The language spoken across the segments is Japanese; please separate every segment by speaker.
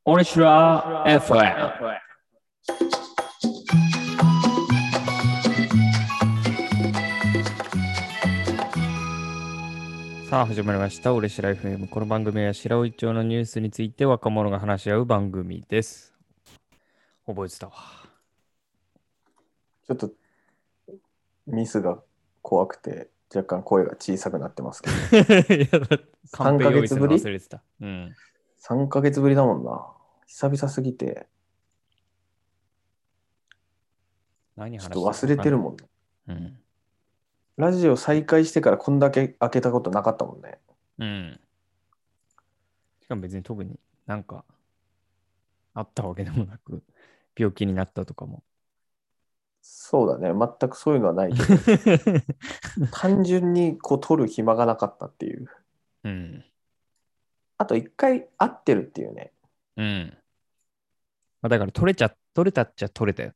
Speaker 1: 俺しら FM。
Speaker 2: さあ始まりました。俺しら FM。この番組は白老町のニュースについて若者が話し合う番組です。覚えてたわ。
Speaker 3: ちょっとミスが怖くて若干声が小さくなってますけど。
Speaker 2: いやカン
Speaker 3: 3ヶ
Speaker 2: ペ用意するの
Speaker 3: 月ぶり
Speaker 2: 忘れてた。うん。
Speaker 3: ?3 ヶ月ぶりだもんな。久々すぎて、ちょっと
Speaker 2: 何話したか
Speaker 3: 忘
Speaker 2: 分かんない。
Speaker 3: れてるもんね。
Speaker 2: うん。
Speaker 3: ラジオ再開してからこんだけ開けたことなかったもんね。
Speaker 2: うん。しかも別に特になんかあったわけでもなく、病気になったとかも。
Speaker 3: そうだね。全くそういうのはないけど、単純にこう撮る暇がなかったっていう。
Speaker 2: うん。
Speaker 3: あと一回会ってるっていうね。
Speaker 2: うん。まあ、だから取れたっちゃ取れたよね。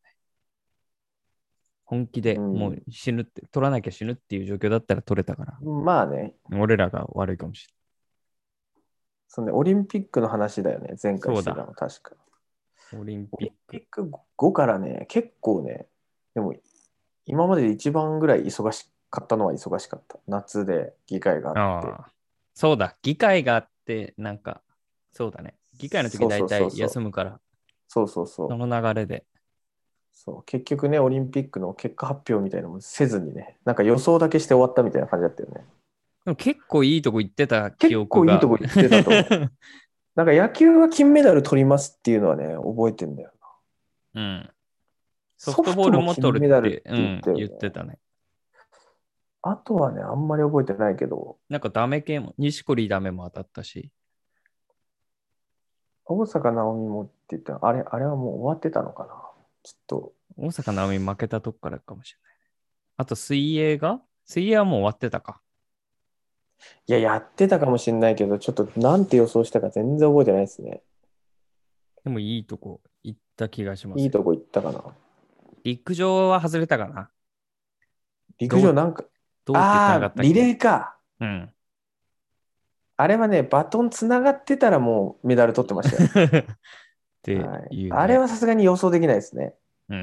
Speaker 2: 本気
Speaker 3: う
Speaker 2: でもう
Speaker 3: ん。
Speaker 2: 死ぬって、取らなきゃ死ぬっていう状況だったら取れたから、
Speaker 3: まあね。
Speaker 2: 俺らが悪いかもしれない。
Speaker 3: そうね、オリンピックの話だよね。前回してた
Speaker 2: そうだ。
Speaker 3: の確か。
Speaker 2: オリン
Speaker 3: オリン
Speaker 2: ピック。
Speaker 3: ピック後からね、結構ね、でも今までで一番ぐらい忙しかったのは忙しかった。夏で議会があって。
Speaker 2: ああ。そうだ。議会があって、なんか、そうだね。議会の時
Speaker 3: そうそうそ
Speaker 2: 大体
Speaker 3: うそう。
Speaker 2: 休むから、
Speaker 3: そうそうそう。
Speaker 2: その流れで。
Speaker 3: そう結局ね、オリンピックの結果発表みたいなのもせずにね、なんか予想だけして終わったみたいな感じだったよね。
Speaker 2: でも結構いいとこ行ってた記
Speaker 3: 結
Speaker 2: 憶が。
Speaker 3: 構いいとこ行ってたと思う。なんか野球は金メダル取りますっていうのはね、覚えてんだよな。
Speaker 2: うん。ソフ
Speaker 3: ソフトも
Speaker 2: トボールも取るって、
Speaker 3: 金メダルって
Speaker 2: うん、
Speaker 3: 言ったよね。
Speaker 2: 言ってたね。
Speaker 3: あとはね、あんまり覚えてないけど、
Speaker 2: なんかダメ系も、錦織ダメも当たったし、
Speaker 3: 大坂なおみもって言ったら、あれはもう終わってたのかな。ちょっと、
Speaker 2: 大阪なおみ負けたとこからかもしれない。あと水泳はもう終わってたか。
Speaker 3: いや、やってたかもしれないけど、ちょっとなんて予想したか全然覚えてないですね。
Speaker 2: でもいいとこ行った気がしますよ。
Speaker 3: いいとこ行ったかな。
Speaker 2: 陸上は外れたかな。どう、
Speaker 3: 陸上なんか、
Speaker 2: どうって言ってなか
Speaker 3: ああ、リ
Speaker 2: ったっけ。
Speaker 3: レーか。
Speaker 2: うん。
Speaker 3: あれはね、バトンつながってたらもうメダル取ってましたよ。
Speaker 2: って
Speaker 3: はい。
Speaker 2: いうね。
Speaker 3: あれはさすがに予想できないですね。
Speaker 2: うん。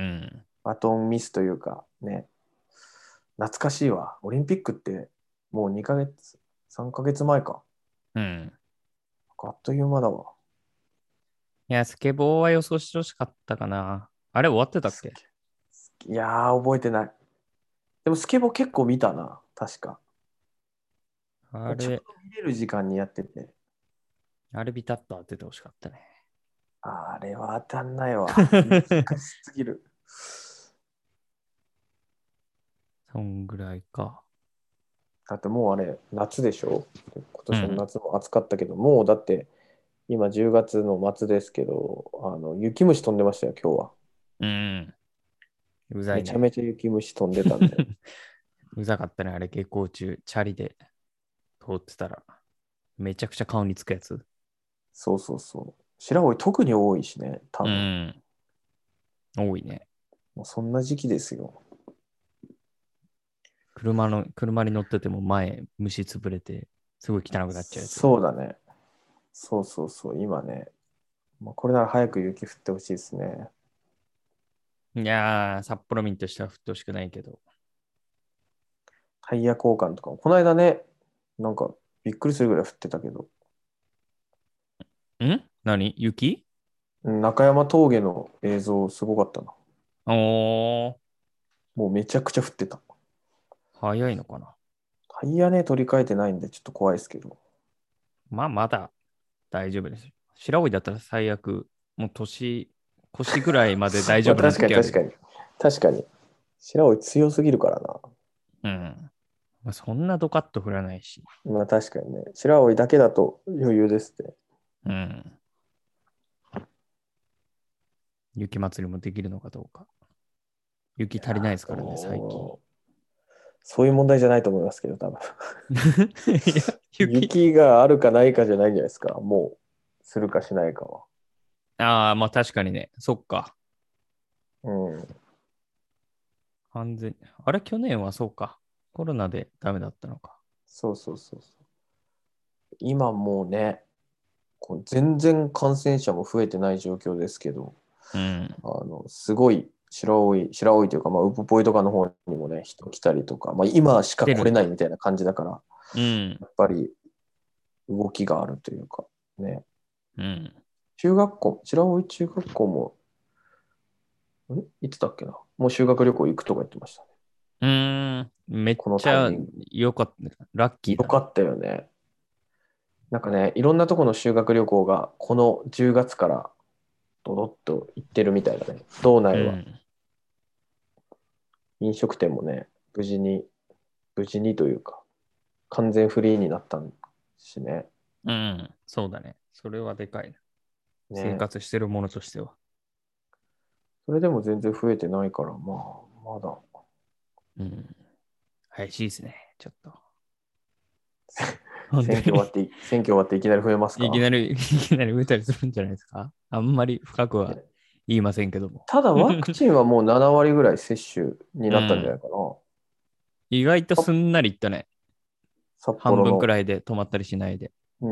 Speaker 3: バトンミスというか、ね。懐かしいわ。オリンピックってもう2ヶ月、3ヶ月前か。
Speaker 2: うん。
Speaker 3: あっという間だわ。
Speaker 2: いや、スケボーは予想してほしかったかな。あれ終わってたっけ。
Speaker 3: いやー、覚えてない。でもスケボー結構見たな。確か。ちょう
Speaker 2: あれ、
Speaker 3: ど見れる時間にやってて。
Speaker 2: あれビタッと当ててほしかったね。
Speaker 3: あれは当たんないわ。難しすぎる。
Speaker 2: そんぐらいか。
Speaker 3: だってもうあれ、夏でしょ？今年の
Speaker 2: うん。
Speaker 3: 夏も暑かったけど、もうだって今10月の末ですけど、雪虫飛んでましたよ、今日は。
Speaker 2: うん。うざいね。
Speaker 3: めちゃめちゃ雪虫飛んでたんで。
Speaker 2: うざかったね。あれ、下校中、チャリで通ってたら、めちゃくちゃ顔につくやつ。
Speaker 3: そうそうそう。白老特に多いしね、多
Speaker 2: う
Speaker 3: 分。
Speaker 2: ん。多いね。
Speaker 3: もうそんな時期ですよ。
Speaker 2: 車に乗ってても前、虫潰れて、すごい汚くなっちゃうやつ。
Speaker 3: そうだね。そうそうそう、今ね。これなら早く雪降ってほしいですね。
Speaker 2: いやー、札幌民としては降ってほしくないけど。
Speaker 3: タイヤ交換とかも。この間ね、なんかびっくりするぐらい降ってたけど、
Speaker 2: 何雪。
Speaker 3: 中山峠の映像すごかったな。
Speaker 2: おー、
Speaker 3: もうめちゃくちゃ降ってた。
Speaker 2: 早いのかな。
Speaker 3: タイヤね、取り替えてないんでちょっと怖いですけど。
Speaker 2: まあ、まだ大丈夫ですよ。白老だったら最悪、もう腰ぐらいまで大丈夫な
Speaker 3: まあ確かに
Speaker 2: 時あるよ。
Speaker 3: 確かに。確かに。白老強すぎるからな。
Speaker 2: うん。まあ、そんなドカッと降らないし。
Speaker 3: まあ確かにね。白老だけだと余裕ですって。
Speaker 2: うん。雪祭りもできるのかどうか。雪足りないですからね、最近。
Speaker 3: そういう問題じゃないと思いますけど、多分。
Speaker 2: いや、
Speaker 3: 雪があるかないかじゃないんじゃないですか。もう、するかしないかは。
Speaker 2: ああ、まあ確かにね。そっか。
Speaker 3: うん。
Speaker 2: 完全。あれ、去年はそうか。コロナでダメだったのか。
Speaker 3: そうそうそうそう。今もうね、 こう全然感染者も増えてない状況ですけど、
Speaker 2: うん。
Speaker 3: すごい白老というか、まあ、ウポポイとかの方にもね、人来たりとか、まあ、今しか来れないみたいな感じだから、
Speaker 2: うん。
Speaker 3: やっぱり動きがあるというか、ね。
Speaker 2: うん。
Speaker 3: 白老中学校も、いつだっけな。もう修学旅行行くとか言ってましたね。
Speaker 2: めっ
Speaker 3: この
Speaker 2: ちゃ
Speaker 3: タイミング。
Speaker 2: 良かった。ラッキーだね。
Speaker 3: よかったよね。なんかね、いろんなとこの修学旅行がこの10月からドドッと行ってるみたいだね。道内は。
Speaker 2: うん。
Speaker 3: 飲食店もね、無事にというか、完全フリーになったしね。
Speaker 2: うん。そうだね。それはでかいな。生
Speaker 3: ね。
Speaker 2: 活してるものとしては。
Speaker 3: それでも全然増えてないから、まあ、まだ。
Speaker 2: うん。怪しいですね。ちょっと。本当に。
Speaker 3: 選挙終わっていきなり増えますか？
Speaker 2: いきなり植えたりするんじゃないですか。あんまり深くは言いませんけども。
Speaker 3: ただワクチンはもう7割ぐらい接種に
Speaker 2: う
Speaker 3: なったんじゃな
Speaker 2: ん。
Speaker 3: いかな。
Speaker 2: 意外とすんなりいったね。
Speaker 3: 札
Speaker 2: 半
Speaker 3: 幌の。
Speaker 2: 分くらいで止まったりしないで。
Speaker 3: うん。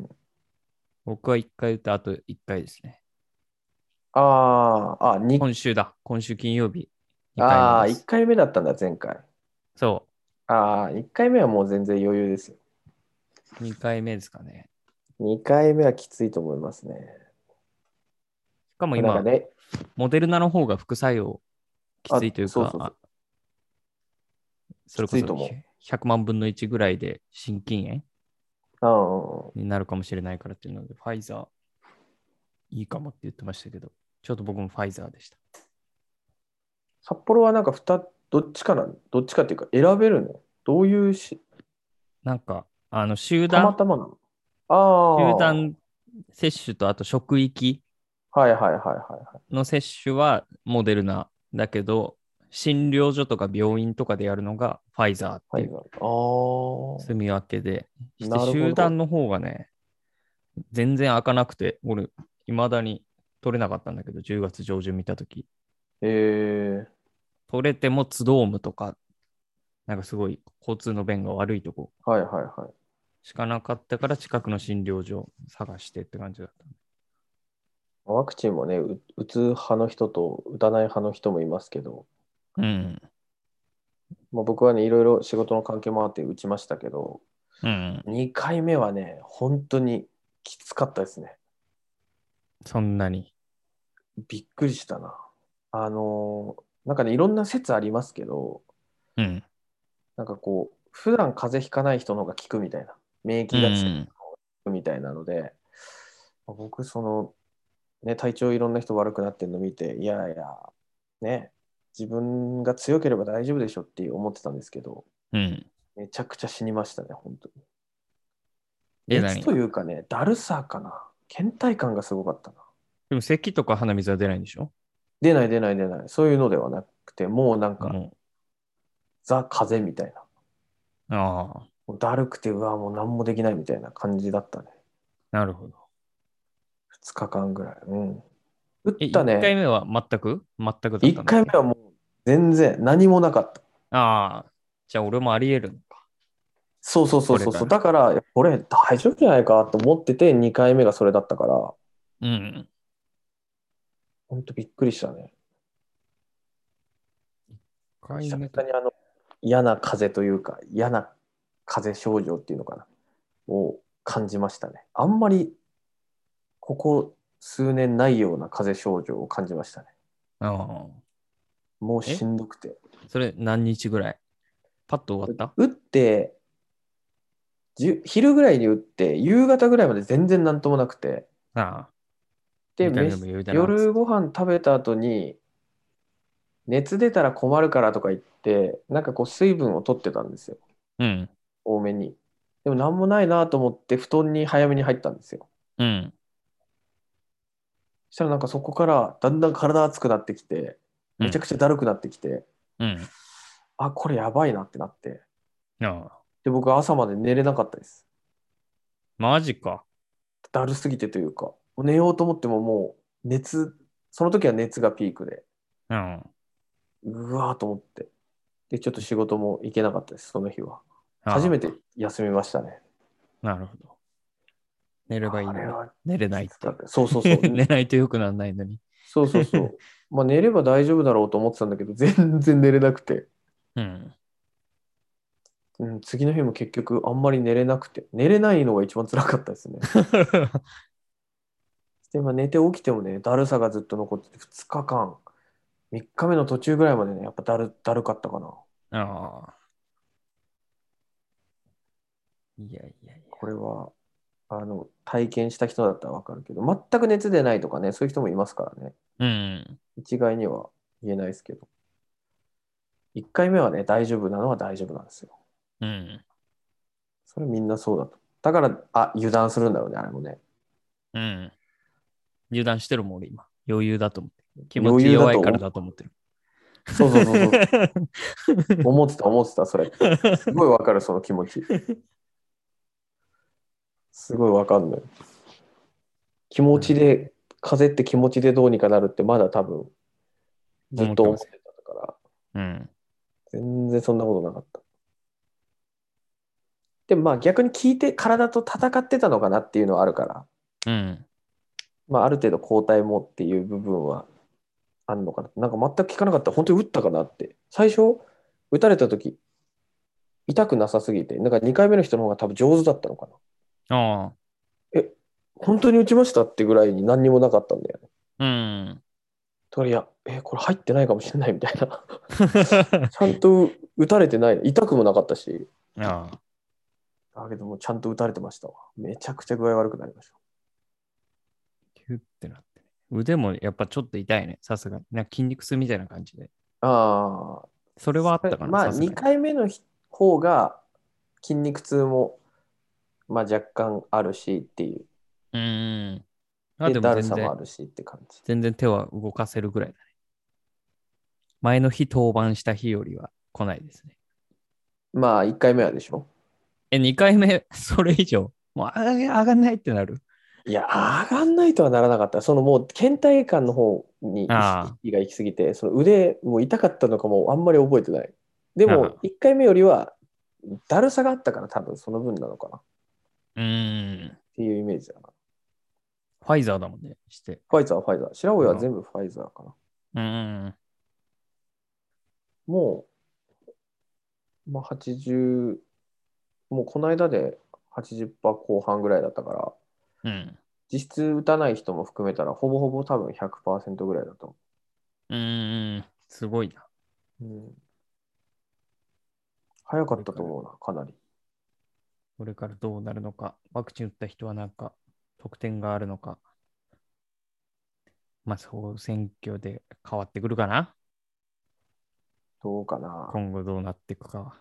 Speaker 2: 僕は1回打ってあと1回ですね。
Speaker 3: ああ、
Speaker 2: 今週だ。今週金曜日。2回目
Speaker 3: ああ、1
Speaker 2: です。
Speaker 3: 回目だったんだ、前回。
Speaker 2: そ
Speaker 3: ああ、1回目はもう全然余裕ですよ。
Speaker 2: う。2回目ですかね。
Speaker 3: 2回目はきついと思いますね。
Speaker 2: しかも今、
Speaker 3: なんかね、
Speaker 2: モデルナの方が副作用きついというか、
Speaker 3: そうそうそう。き
Speaker 2: それこそ
Speaker 3: ついと思
Speaker 2: 100万分の1ぐらいで心筋炎
Speaker 3: う。
Speaker 2: になるかもしれないからっていうので、ファイザーいいかもって言ってましたけど、ちょっと僕もファイザーでした。
Speaker 3: 札幌はなんかどっちかっていうか選べるの？どういう
Speaker 2: なんか、
Speaker 3: たまたまなの？ああ、は
Speaker 2: 集団接種とあと職域
Speaker 3: いはいはいはいはい。
Speaker 2: の接種はモデルナだけど、診療所とか病院とかでやるのがファイザーっていう
Speaker 3: はいはい。あ
Speaker 2: 住み分けで、
Speaker 3: あ、
Speaker 2: して
Speaker 3: なるほど。
Speaker 2: 集団の方がね、全然開かなくて、俺、未だに取れなかったんだけど、10月上旬見たとき、
Speaker 3: ええ、
Speaker 2: 取れてもツドームとか、なんかすごい交通の便が悪いとこ
Speaker 3: はいはいはい。
Speaker 2: しかなかったから近くの診療所探してって感じだった。
Speaker 3: ワクチンもね、打つ派の人と打たない派の人もいますけど、
Speaker 2: うん。
Speaker 3: まあ、僕はね、いろいろ仕事の関係もあって打ちましたけど、
Speaker 2: うん。
Speaker 3: 2回目はね、本当にきつかったですね。
Speaker 2: そんなに。
Speaker 3: びっくりしたな。なんかね、いろんな説ありますけど、
Speaker 2: うん。
Speaker 3: なんかこう、普段風邪ひかない人の方が効くみたいな、免
Speaker 2: う
Speaker 3: 疫が強い
Speaker 2: ん。
Speaker 3: 人の方が効くみたいなので、僕、ね、体調いろんな人悪くなってるの見て、いやいや、ね、自分が強ければ大丈夫でしょって思ってたんですけど、
Speaker 2: うん。
Speaker 3: めちゃくちゃ死にましたね、本当に。熱と
Speaker 2: 何
Speaker 3: いうかね、だるさかな。倦怠感がすごかったな。
Speaker 2: でも咳とか鼻水は出ないんでしょ？
Speaker 3: 出ない出ない出ない。そういうのではなくて、もうなんか、
Speaker 2: も
Speaker 3: ザ・風邪みたいな。
Speaker 2: う。ああ、
Speaker 3: もうだるくて、うわ、もう何もできないみたいな感じだったね。
Speaker 2: なるほど。
Speaker 3: 2日間ぐらい。うん。打っ
Speaker 2: 1
Speaker 3: たね。
Speaker 2: 回目は全くだった
Speaker 3: 1
Speaker 2: んだっけ？
Speaker 3: 回目はもう全然何もなかった。
Speaker 2: ああ、じゃあ俺もあり得るのか。
Speaker 3: そうそうそうそうそう。
Speaker 2: これから。
Speaker 3: だから、これ大丈夫じゃないかと思ってて、2回目がそれだったから、
Speaker 2: うん。
Speaker 3: ほんとびっくりしたね。久
Speaker 2: 1回目と。
Speaker 3: 々に嫌な風邪というか、嫌な風邪症状っていうのかな、を感じましたね。あんまりここ数年ないような風邪症状を感じましたね。
Speaker 2: ああ。
Speaker 3: もうし
Speaker 2: え
Speaker 3: んどくて。
Speaker 2: それ何日ぐらい？パッと終わった？
Speaker 3: 打って、昼ぐらいに打って、夕方ぐらいまで全然なんともなくて、
Speaker 2: ああ。
Speaker 3: で、
Speaker 2: 2回目でも余裕だな、つって。
Speaker 3: 夜ご飯食べた後に、熱出たら困るからとか言って、なんかこう水分を取ってたんですよ。
Speaker 2: うん。
Speaker 3: 多めに。でもなんもないなと思って布団に早めに入ったんですよ。
Speaker 2: うん。
Speaker 3: そしたらなんかそこからだんだん体熱くなってきて、めちゃ
Speaker 2: うん。
Speaker 3: くちゃだるくなってきて、
Speaker 2: うん。
Speaker 3: あ、これやばいなってなって。
Speaker 2: ああ。
Speaker 3: で、僕朝まで寝れなかったです。
Speaker 2: マジか。
Speaker 3: だるすぎてというか、もう寝ようと思ってももうその時は熱がピークで、
Speaker 2: うん。
Speaker 3: うわーと思って。で、ちょっと仕事も行けなかったです、その日は。初めて
Speaker 2: ああ。
Speaker 3: 休みましたね。
Speaker 2: なるほど。 寝ればいいのに。
Speaker 3: あれは
Speaker 2: 寝れないって。
Speaker 3: そうそうそう。
Speaker 2: 寝ないと良くならないのに。
Speaker 3: そうそうそう。まあ寝れば大丈夫だろうと思ってたんだけど、全然寝れなくて。
Speaker 2: うん。
Speaker 3: うん、次の日も結局あんまり寝れなくて。寝れないのが一番辛かったですね。で、まあ、寝て起きてもね、だるさがずっと残ってて、2日間、3日目の途中ぐらいまでね、やっぱだるかったかな。
Speaker 2: ああ。いやいやい
Speaker 3: これは、体験した人だったらわかるけど、全く熱出ないとかね、そういう人もいますからね。
Speaker 2: や。うん。
Speaker 3: 一概には言えないですけど。1回目はね、大丈夫なのは大丈夫なんですよ。
Speaker 2: うん。
Speaker 3: それみんなそうだと。だから、油断するんだろうね、あれもね。
Speaker 2: うん。油断してるもん、俺今。余裕だと思ってる。気持
Speaker 3: 余
Speaker 2: ち
Speaker 3: 裕だと思う。
Speaker 2: 弱いからだと思ってる。
Speaker 3: そうそうそうそう。思ってた、それ。すごいわかる、その気持ち。すごいわかんない。気持ちで、風邪って気持ちでどうにかなるってまだ多分ずっと思ってたから、
Speaker 2: うん。
Speaker 3: 全然そんなことなかった。でもまあ逆に聞いて体と戦ってたのかなっていうのはあるから、
Speaker 2: うん。
Speaker 3: まあある程度抗体もっていう部分はあるのかな。なんか全く効かなかったら本当に打ったかなって。最初、打たれた時痛くなさすぎて、なんか2回目の人の方が多分上手だったのか
Speaker 2: ああ。
Speaker 3: な。本当に打ちましたってぐらいに何にもなかったんだよね。
Speaker 2: うん。
Speaker 3: だからいや、これ入ってないかもしれないみたいな。ちゃんと打たれてない。痛くもなかったし。
Speaker 2: ああ。
Speaker 3: だけどもちゃんと打たれてましたわ。めちゃくちゃ具合悪くなりました。
Speaker 2: キュッてなってね。腕もやっぱちょっと痛いね。さすがに。なんか筋肉痛みたいな感じで。
Speaker 3: ああ、
Speaker 2: それはあったかな、
Speaker 3: まあ
Speaker 2: さすがに。
Speaker 3: 2回目の方が筋肉痛もまあ若干あるしっていう。
Speaker 2: うーん。あ、
Speaker 3: で、
Speaker 2: でも
Speaker 3: だるさもあるしって感じ。
Speaker 2: 全然手は動かせるぐらいだね。前の日登板した日よりは来ないですね。
Speaker 3: まあ1回目はでしょ。
Speaker 2: 2回目、それ以上、もう上がんないってなる。
Speaker 3: いや、上がんないとはならなかった。そのもう倦怠感の方に意
Speaker 2: あ
Speaker 3: 識が行き過ぎて、その腕も痛かったのかもあんまり覚えてない。で
Speaker 2: あ。あ
Speaker 3: も
Speaker 2: あ。
Speaker 3: 1回目よりはだるさがあったから多分その分なのかなっ
Speaker 2: うーん。
Speaker 3: ていうイメージだな。
Speaker 2: ファイザーだもんね、して。
Speaker 3: ファイザー、ファイザー。白老は全部ファイザーかな。
Speaker 2: うーん。
Speaker 3: もう、まあ、80、もうこの間で80%後半ぐらいだったから、
Speaker 2: うん。
Speaker 3: 実質打たない人も含めたら、ほぼほぼ多分100%ぐらいだと
Speaker 2: うーん。すごいな。
Speaker 3: 思う。うん、早かったと思うな、かなり。
Speaker 2: これからどうなるのか。ワクチン打った人はなんか特典があるのか。まあ、総選挙で変わってくるかな。
Speaker 3: どうかな。
Speaker 2: 今後どうなっていくかは。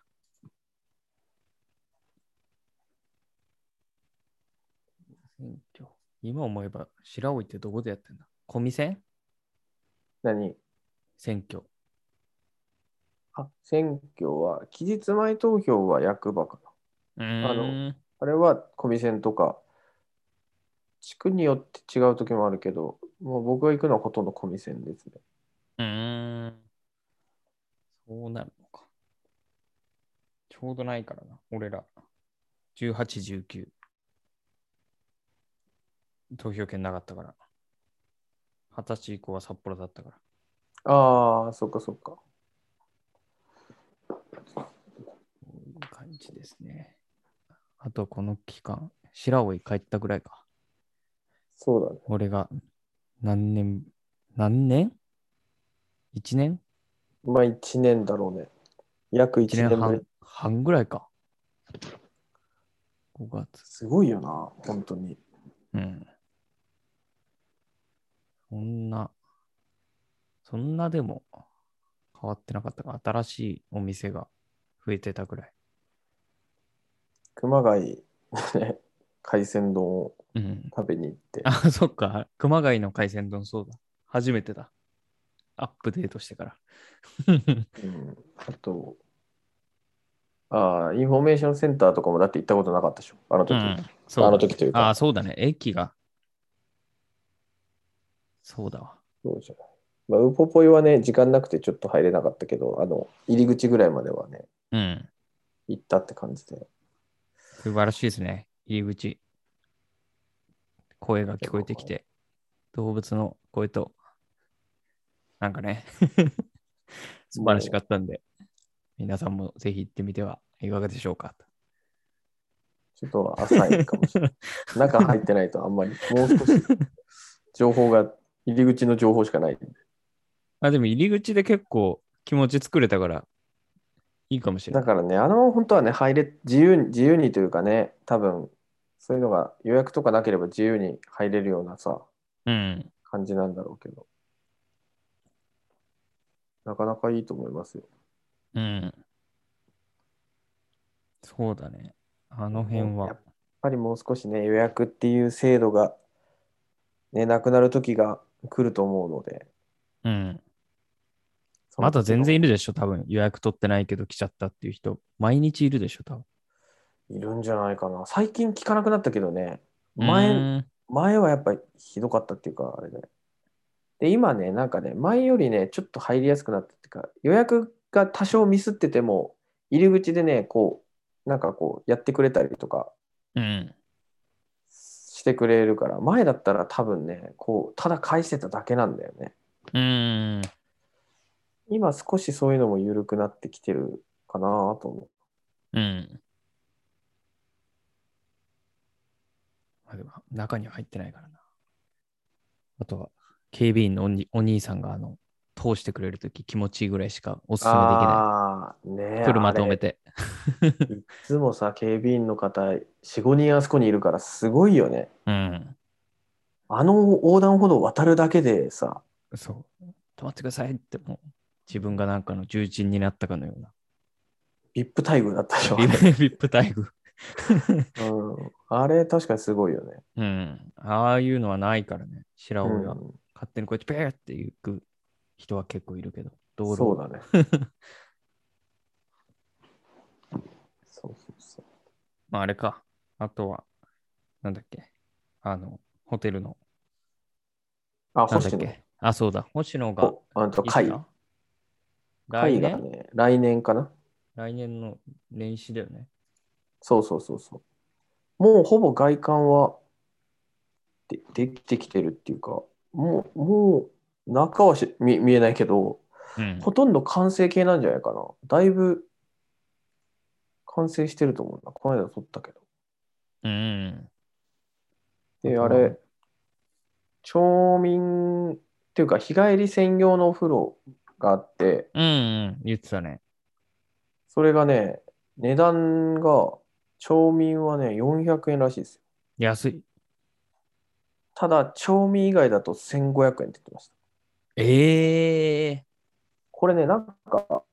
Speaker 2: 選挙。今思えば、白老ってどこでやってんだ？コミセン
Speaker 3: 何
Speaker 2: 選挙。
Speaker 3: 選挙は、期日前投票は役場か
Speaker 2: う
Speaker 3: な。
Speaker 2: ーん。
Speaker 3: あれはコミセンとか、地区によって違う時もあるけど、もう僕が行くのはほとんどコミセンですね。
Speaker 2: うーん。そうなるのか。ちょうどないからな。俺ら。18、19。投票権なかったから。20歳以降は札幌だったから。
Speaker 3: ああ、そっかそっか。
Speaker 2: こういう感じですね。あとこの期間、白老帰ったぐらいか。
Speaker 3: そうだね。
Speaker 2: 俺が何年 ?1 年
Speaker 3: まあ1年だろうね。約
Speaker 2: ?1
Speaker 3: 1
Speaker 2: 年
Speaker 3: 年ぶり。
Speaker 2: 半ぐらいか。5月。
Speaker 3: すごいよな、本当に。
Speaker 2: うん。そんなでも変わってなかったか。新しいお店が増えてたぐらい。
Speaker 3: 熊谷、ね、海鮮丼を
Speaker 2: うん。
Speaker 3: 食べに行って。
Speaker 2: あ、そっか。熊谷の海鮮丼そうだ。初めてだ。アップデートしてから。
Speaker 3: うん、あと、インフォメーションセンターとかもだって行ったことなかったでしょ、あの時。
Speaker 2: うん。そう
Speaker 3: あの
Speaker 2: だ。
Speaker 3: 時というか。
Speaker 2: そうだね。駅が。そうだわ。
Speaker 3: そうじゃない。まあ、ウポポイはね、時間なくてちょっと入れなかったけど、入り口ぐらいまではね、
Speaker 2: うん。
Speaker 3: 行ったって感じで。
Speaker 2: 素晴らしいですね。入り口。 声が聞こえてきて、動物の声と、なんかね、素晴らしかったんで、皆さんもぜひ行ってみてはいかがでしょうか。
Speaker 3: ちょっと浅いかもしれない。中入ってないとあんまり、もう少し情報が、入り口の情報しかない。
Speaker 2: あ、でも入り口で結構気持ち作れたからいいかもしれない。
Speaker 3: だからね、本当はね、自由にというかね、多分、そういうのが予約とかなければ自由に入れるようなさ、
Speaker 2: うん。
Speaker 3: 感じなんだろうけど、なかなかいいと思いますよ。
Speaker 2: うん。そうだね。あの辺は。
Speaker 3: もうやっぱりもう少しね、予約っていう制度が、ね、なくなる時が来ると思うので、
Speaker 2: うん。
Speaker 3: そ
Speaker 2: まだ全然い
Speaker 3: の時の
Speaker 2: るでしょ、多分。予約取ってないけど来ちゃったっていう人。毎日いるでしょ、多分。
Speaker 3: いるんじゃないかな。最近聞かなくなったけどね、
Speaker 2: うーん。
Speaker 3: 前はやっぱりひどかったっていうか、あれで。で、今ね、なんかね、前よりね、ちょっと入りやすくなったっていうか、予約が多少ミスってても、入り口でね、なんかやってくれたりとか
Speaker 2: うん。
Speaker 3: してくれるから、前だったら多分ね、ただ返してただけなんだよね。
Speaker 2: うーん。
Speaker 3: 今少しそういうのも緩くなってきてるかなと思
Speaker 2: うん。まあでも中には入ってないからな。あとは、警備員のお兄さんが通してくれるとき気持ちいいぐらいしかお
Speaker 3: う。
Speaker 2: すすめできない。
Speaker 3: ねえ、
Speaker 2: 車
Speaker 3: あれ、
Speaker 2: 止めて。
Speaker 3: いっつもさ、警備員の方、4、5人あそこにいるからすごいよね。
Speaker 2: うん。
Speaker 3: あの横断歩道を渡るだけでさ、
Speaker 2: そう。止まってくださいってもう、自分がなんかの重鎮になったかのような。
Speaker 3: VIP 待遇だったでしょ、
Speaker 2: ビ
Speaker 3: あれ。
Speaker 2: ップ待遇。
Speaker 3: うん。あれ、確かにすごいよね。
Speaker 2: うん。ああいうのはないからね。白老が
Speaker 3: うん。
Speaker 2: 勝手にこうやってペーって行く人は結構いるけど、道路を。
Speaker 3: そうだね。そうそうそう。
Speaker 2: まああれか。あとは、なんだっけ。ホテルの、
Speaker 3: あ、
Speaker 2: なんだっ
Speaker 3: 星野。
Speaker 2: け。あ、そうだ。星野が、
Speaker 3: 会。
Speaker 2: いつだ来年
Speaker 3: 会がね、来年かな。
Speaker 2: 来年の年始だよね。
Speaker 3: そうそうそうそう。もうほぼ外観はできてきてるっていうか、もう中は見えないけど、
Speaker 2: うん。
Speaker 3: ほとんど完成形なんじゃないかな。だいぶ完成してると思うな。この間撮ったけど。
Speaker 2: うん。あ
Speaker 3: で、
Speaker 2: とは、
Speaker 3: あれ、町民っていうか、日帰り専用のお風呂があって、
Speaker 2: うん、うん、言ってたね。
Speaker 3: それがね、値段が、町民はね、400円らしいですよ。
Speaker 2: 安い。
Speaker 3: ただ、町民以外だと1500円って言ってました。
Speaker 2: ええ
Speaker 3: これね、なんか、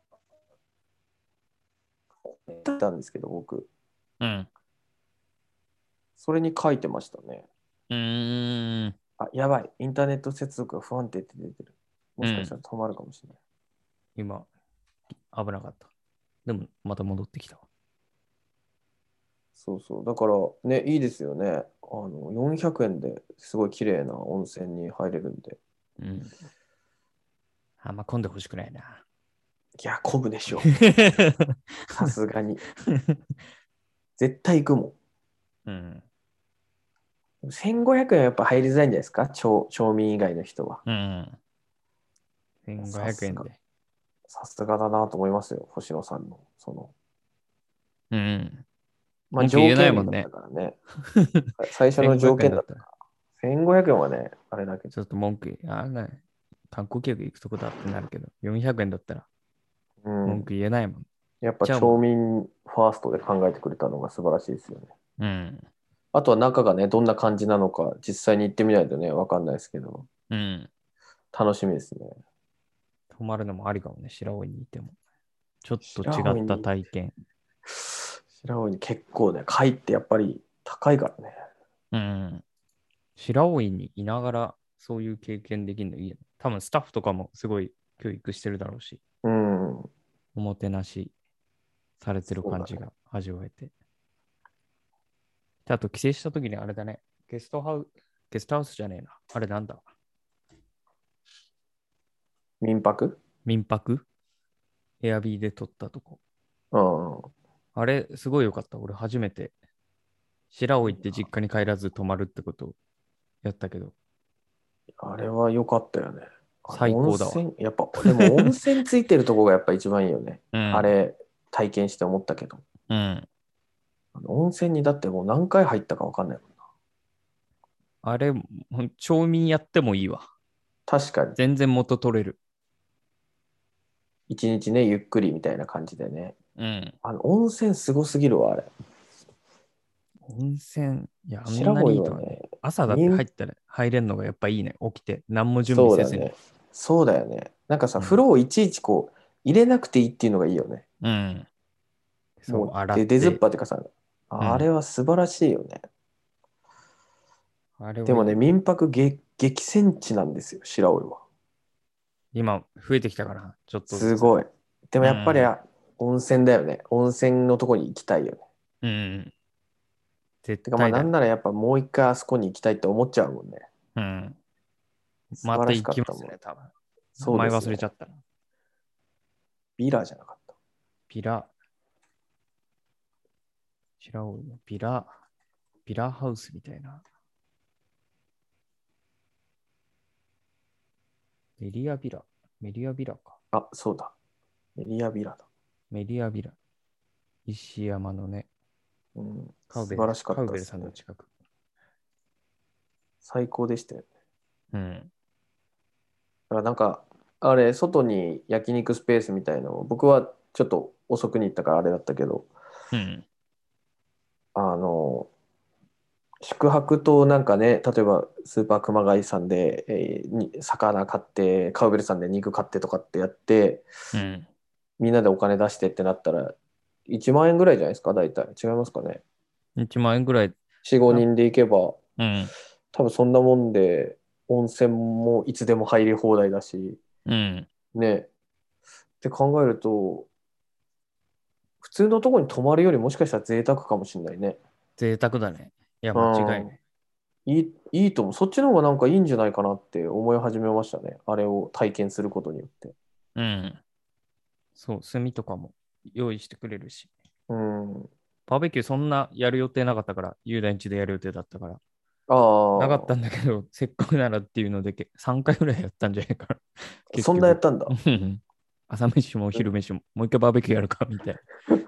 Speaker 3: 言ったんですけど、僕、
Speaker 2: ー。うん。
Speaker 3: それに書いてましたね。
Speaker 2: うーん。
Speaker 3: あ、やばい。インターネット接続が不安定って出てる。もしかした
Speaker 2: うん。
Speaker 3: ら止まるかもしれない。
Speaker 2: 今、危なかった。でも、また戻ってきたわ。
Speaker 3: そうそう。だからね、いいですよね。400円ですごい綺麗な温泉に入れるんで。
Speaker 2: うん。あんま混んでほしくないな。
Speaker 3: いや、混むでしょ。さすがに。絶対行くも
Speaker 2: うん。
Speaker 3: ん。1500円はやっぱ入りづらいんじゃないですか、町民以外の人は。
Speaker 2: うん。1500
Speaker 3: さすが。
Speaker 2: 円で。
Speaker 3: さすがだなと思いますよ、星野さんの。
Speaker 2: うん。
Speaker 3: まあ
Speaker 2: 文句言えない
Speaker 3: 条件だっ
Speaker 2: もんね。
Speaker 3: たからね。最初の
Speaker 2: 1500
Speaker 3: 条件だったか
Speaker 2: 円だったら。
Speaker 3: ら。1500円はね、あれだけど。
Speaker 2: ちょっと文句、観光客行くとこだってなるけど、400円だったら
Speaker 3: うん。
Speaker 2: 文句言えないもん。
Speaker 3: やっぱ町
Speaker 2: ちゃうもん。
Speaker 3: 民ファーストで考えてくれたのが素晴らしいですよね。
Speaker 2: うん。
Speaker 3: あとは中がね、どんな感じなのか、実際に行ってみないとね、わかんないですけど、
Speaker 2: うん。
Speaker 3: 楽しみですね。
Speaker 2: 泊まるのもありかもね、白老にいても。ちょっと違った
Speaker 3: 白老に、
Speaker 2: 体験。
Speaker 3: 白老に結構ね、貝ってやっぱり高いからね。
Speaker 2: うん。白老にいながらそういう経験できるのいいよね。多分スタッフとかもすごい教育してるだろうし、
Speaker 3: うん。
Speaker 2: おもてなしされてる
Speaker 3: そうだね。
Speaker 2: 感じが味わえて。であと帰省した時にあれだね、ゲストハウスじゃねえな。あれなんだ
Speaker 3: 民泊。
Speaker 2: 民泊エアビーで撮ったとこ。
Speaker 3: うん。
Speaker 2: あれすごい良かった。俺初めて白老行って実家に帰らず泊まるってことをやったけど、
Speaker 3: あれは良かったよね。
Speaker 2: 最高だわ。
Speaker 3: 温泉、やっぱ、でも温泉ついてるとこがやっぱ一番いいよね。
Speaker 2: うん。
Speaker 3: あれ、体験して思ったけど。
Speaker 2: うん。
Speaker 3: 温泉にだってもう何回入ったか分かんないもんな。
Speaker 2: あれ、町民やってもいいわ。
Speaker 3: 確かに、
Speaker 2: 全然元取れる。
Speaker 3: 一日ね、ゆっくりみたいな感じでね。
Speaker 2: うん。
Speaker 3: 温泉すごすぎるわ、あれ。
Speaker 2: 温泉、いや、あん
Speaker 3: 白
Speaker 2: なにいいとはね。
Speaker 3: 老はね、
Speaker 2: 朝だって入ったら入れんのがやっぱいいね。起きて、何も準備せずに。
Speaker 3: そうだね。そうだよね。なんかさ、
Speaker 2: うん。
Speaker 3: 風呂をいちいちこう、入れなくていいっていうのがいいよね。
Speaker 2: うん。そう、
Speaker 3: もう、出ずっ
Speaker 2: 洗って。
Speaker 3: ぱっていうかさ、あれ
Speaker 2: うん。
Speaker 3: は素晴らしいよね。
Speaker 2: あれ
Speaker 3: でもね、
Speaker 2: はいいわ。
Speaker 3: 民泊激戦地なんですよ、白老は。
Speaker 2: 今、増えてきたから、ちょっとずつ。
Speaker 3: すごい。でもやっぱり
Speaker 2: うん。
Speaker 3: 温泉だよね。温泉のとこに行きたいよね。
Speaker 2: うん。絶
Speaker 3: てかまあ
Speaker 2: 対だね。
Speaker 3: なんならやっぱもう一回あそこに行きたいって思っちゃうもんね。
Speaker 2: うん。また
Speaker 3: 素晴らし
Speaker 2: 行きますね、
Speaker 3: かったもん。
Speaker 2: 多分。名前
Speaker 3: そうですね。
Speaker 2: 忘れちゃったな。
Speaker 3: ビラじゃなかった。
Speaker 2: ピラ、白老のピラハウスみたいな。メリアビラ。メリアビラか。
Speaker 3: あ、そうだ。メリアビラだ。
Speaker 2: メリアビラ。石山のね、
Speaker 3: うん。
Speaker 2: カウベル、
Speaker 3: 素晴らしかっ
Speaker 2: カウベル
Speaker 3: たですね。
Speaker 2: さんの近く。
Speaker 3: 最高でしたよね。
Speaker 2: うん。
Speaker 3: だからなんか、あれ、外に焼肉スペースみたいのを、僕はちょっと遅くに行ったからあれだったけど、
Speaker 2: うん。
Speaker 3: あの、宿泊となんかね、例えばスーパー熊谷さんで、魚買って、カウベルさんで肉買ってとかってやって、
Speaker 2: うん。
Speaker 3: みんなでお金出してってなったら、1万円ぐらいじゃないですか、大体。違いますかね。
Speaker 2: 1万円ぐらい。
Speaker 3: 4、5
Speaker 2: な
Speaker 3: 人で行けば、
Speaker 2: うん。
Speaker 3: 多分そんなもんで、温泉もいつでも入り放題だし、
Speaker 2: うん。
Speaker 3: ね。って考えると、普通のとこに泊まるよりもしかしたら贅沢かもしれないね。
Speaker 2: 贅沢だね。いや、
Speaker 3: う
Speaker 2: 間違いな
Speaker 3: ん。
Speaker 2: い。
Speaker 3: いいと思う。そっちの方がなんかいいんじゃないかなって思い始めましたね。あれを体験することによって。
Speaker 2: うん。そう、炭とかも用意してくれるし。
Speaker 3: うん。
Speaker 2: バーベキューそんなやる予定なかったから、雄大ん家でやる予定だったから、
Speaker 3: あ
Speaker 2: なかった
Speaker 3: あ、
Speaker 2: んだけど、せっかくならっていうので3回ぐらいやったんじゃないかな。結
Speaker 3: そんなやっ
Speaker 2: 局。
Speaker 3: たんだ。
Speaker 2: うん朝飯も昼飯も、もう一回バーベキューやるか、みたい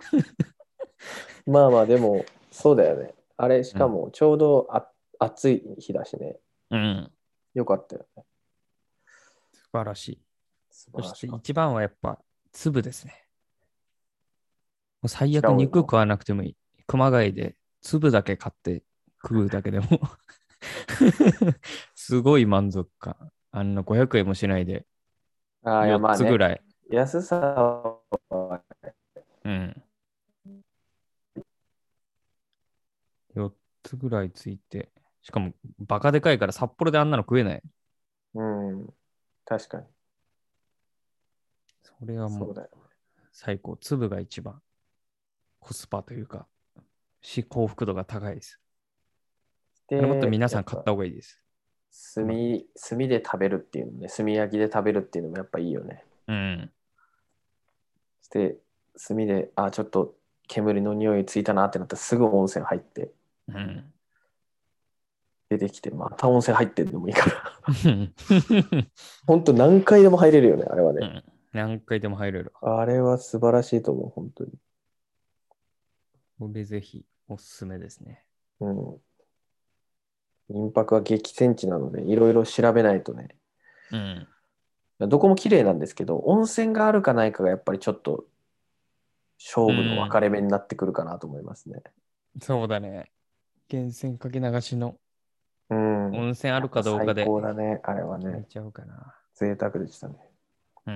Speaker 3: まあまあ、でも、そうだよね。あれ、し
Speaker 2: な。うん。
Speaker 3: かもちょうど暑い日だしね。
Speaker 2: うん。
Speaker 3: よかったよね。
Speaker 2: 素晴らしい。
Speaker 3: 素
Speaker 2: そして
Speaker 3: 晴らしかった。
Speaker 2: 一番はやっぱ粒ですね。もう最悪
Speaker 3: 白老の。
Speaker 2: 肉食わなくてもいい。熊谷で粒だけ買って食うだけでもすごい満足感。500円もしないで
Speaker 3: ああ、いや、
Speaker 2: 4
Speaker 3: まあね。
Speaker 2: つぐらい。
Speaker 3: 安さは、
Speaker 2: うん。4つぐらいついて。しかもバカでかいから札幌であんなの食えない。
Speaker 3: うん、確かに。
Speaker 2: それはもう
Speaker 3: そうだよ。
Speaker 2: 最高。粒が一番コスパというか、幸福度が高いです。あれもっと
Speaker 3: で、やっぱ、
Speaker 2: 皆さん買った方がいいです。熊谷。
Speaker 3: 炭で食べるっていうのね、炭焼きで食べるっていうのもやっぱいいよね。
Speaker 2: うん。
Speaker 3: して、炭で、あ、ちょっと煙の匂いついたなってなったらすぐ温泉入って、
Speaker 2: うん。
Speaker 3: 出てきて、また温泉入ってんでもいいから。本当何回でも入れるよね、あれはね。
Speaker 2: うん。何回でも入れる。
Speaker 3: あれは素晴らしいと思う、本当に。
Speaker 2: これぜひおすすめですね。
Speaker 3: うん。民泊は激戦地なので、いろいろ調べないとね。
Speaker 2: うん。
Speaker 3: どこも綺麗なんですけど、温泉があるかないかがやっぱりちょっと勝負の分かれ目になってくるかなと思いますね。
Speaker 2: そうだね。源泉かけ流しの
Speaker 3: うん。
Speaker 2: 温泉あるか
Speaker 3: やっぱ最
Speaker 2: どうかで
Speaker 3: 高だね、あれはね。
Speaker 2: 決めちゃうかな。
Speaker 3: 贅沢でしたね。
Speaker 2: うん。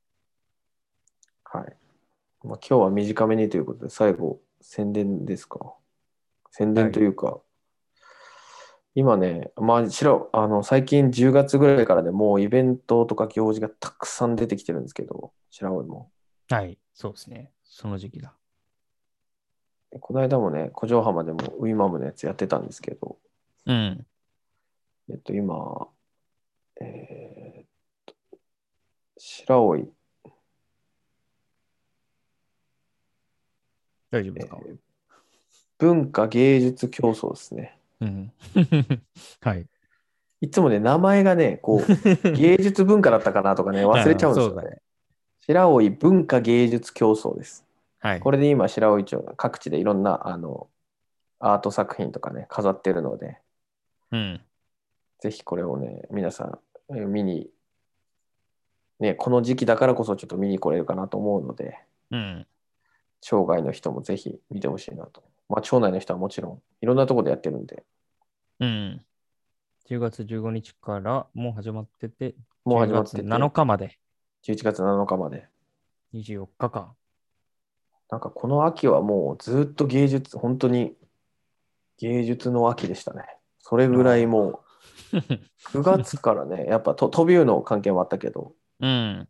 Speaker 3: はい。まあ、今日は短めにということで、最後、宣伝ですか。宣伝と
Speaker 2: はい。
Speaker 3: いうか、今ね、まあ、最近10月ぐらいからね、もうイベントとか行事がたくさん出てきてるんですけど、白老も。
Speaker 2: はい。そうですね。その時期だ。
Speaker 3: この間もね、古城浜でもウィマムのやつやってたんですけど、
Speaker 2: うん。
Speaker 3: 今、え白老、
Speaker 2: 大丈夫ですか？
Speaker 3: 文化芸術競争ですね。
Speaker 2: うん。はい。
Speaker 3: いつもね、名前がね、こう、芸術文化だったかなとかね、忘れちゃうんですよね。
Speaker 2: そうだね。
Speaker 3: 白老文化芸術競争です。
Speaker 2: はい。
Speaker 3: これで今、白老町各地でいろんなアート作品とかね、飾ってるので、
Speaker 2: うん。
Speaker 3: ぜひこれをね、皆さん、見に、ね、この時期だからこそちょっと見に来れるかなと思うので、
Speaker 2: うん。
Speaker 3: 町外の人もぜひ見てほしいなと。まあ、町内の人はもちろん、いろんなところでやってるんで、
Speaker 2: うん。10月15日からもう始まってて、
Speaker 3: もう始
Speaker 2: 10月
Speaker 3: まってて、
Speaker 2: 7日まで
Speaker 3: 11月7日まで。
Speaker 2: 24日間。
Speaker 3: なんかこの秋はもうずっと芸術、本当に芸術の秋でしたね。それぐらいもう、9月からね、やっぱ飛びの関係もあったけど、
Speaker 2: うん。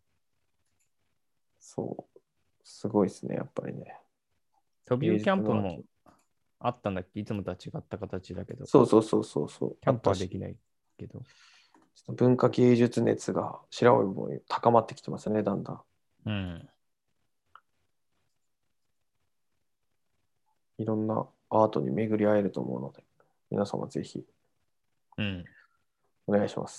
Speaker 3: そう、すごいですね、やっぱりね。
Speaker 2: 飛びキャンプも
Speaker 3: 芸術の秋。
Speaker 2: あったんだっけ？いつもとは違った形だけど、
Speaker 3: そうそうそうそうそう。
Speaker 2: キャンプ
Speaker 3: あったし、
Speaker 2: はできないけど。
Speaker 3: 文化芸術熱が白老も高まってきてますね、だんだん。
Speaker 2: うん。
Speaker 3: いろんなアートに巡り合えると思うので、皆様ぜひ
Speaker 2: うん。
Speaker 3: お願いします。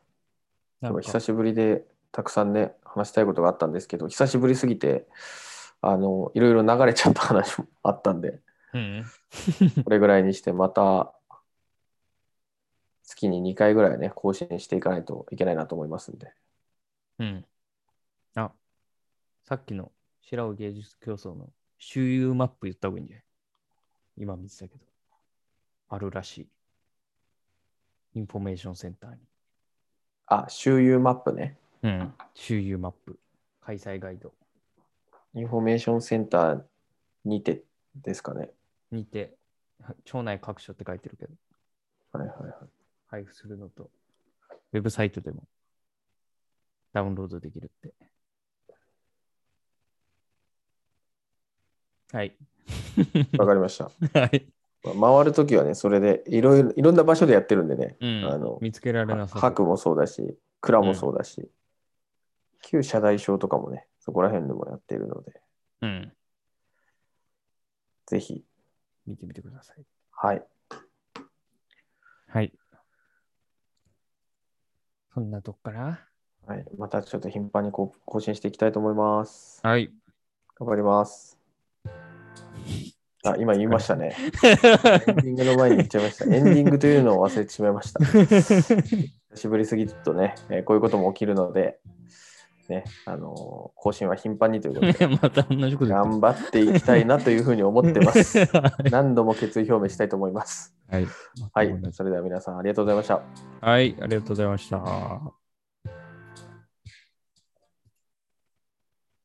Speaker 2: なんか、
Speaker 3: 久しぶりでたくさんね、話したいことがあったんですけど、久しぶりすぎて、いろいろ流れちゃった話もあったんで、
Speaker 2: うん。
Speaker 3: これぐらいにして、また月に2回ぐらいね、更新していかないといけないなと思いますんで。
Speaker 2: うん。あ、さっきの白尾芸術競争の周遊マップ言った方がいいんじゃない？今見てたけど。あるらしい。インフォメーションセンターに。
Speaker 3: あ、周遊マップね。
Speaker 2: うん。周遊マップ。開催ガイド
Speaker 3: インフォメーションセンターにてですかね。
Speaker 2: にて、町内各所って書いてるけど、
Speaker 3: はいはいはい。
Speaker 2: 配布するのと、ウェブサイトでもダウンロードできるって。はい。
Speaker 3: わかりました。
Speaker 2: はい。
Speaker 3: 回るときはね、それでいろんな場所でやってるんでね、
Speaker 2: うん。見つけられなさそう。
Speaker 3: 博もそうだし、蔵もそうだし、旧社大賞とかもね、そこら辺でもやっているので、
Speaker 2: うん。
Speaker 3: ぜひ、
Speaker 2: 見てみてください。
Speaker 3: はい。
Speaker 2: はい。そんなとこかな。
Speaker 3: はい、またちょっと頻繁に更新していきたいと思います。
Speaker 2: はい。
Speaker 3: 頑張ります。あ、今言いましたね。エンディングの前に言っちゃいました。エンディングというのを忘れてしまいました。久しぶりすぎるとね、こういうことも起きるので、ね、更新は頻繁にということで、
Speaker 2: また同じこと言って
Speaker 3: 頑張っていきたいなというふうに思ってます。
Speaker 2: はい
Speaker 3: 何度も決意表明したいと思います。
Speaker 2: はい。
Speaker 3: はい、それでは皆さんありがとうございました。
Speaker 2: はい、ありがとうございました。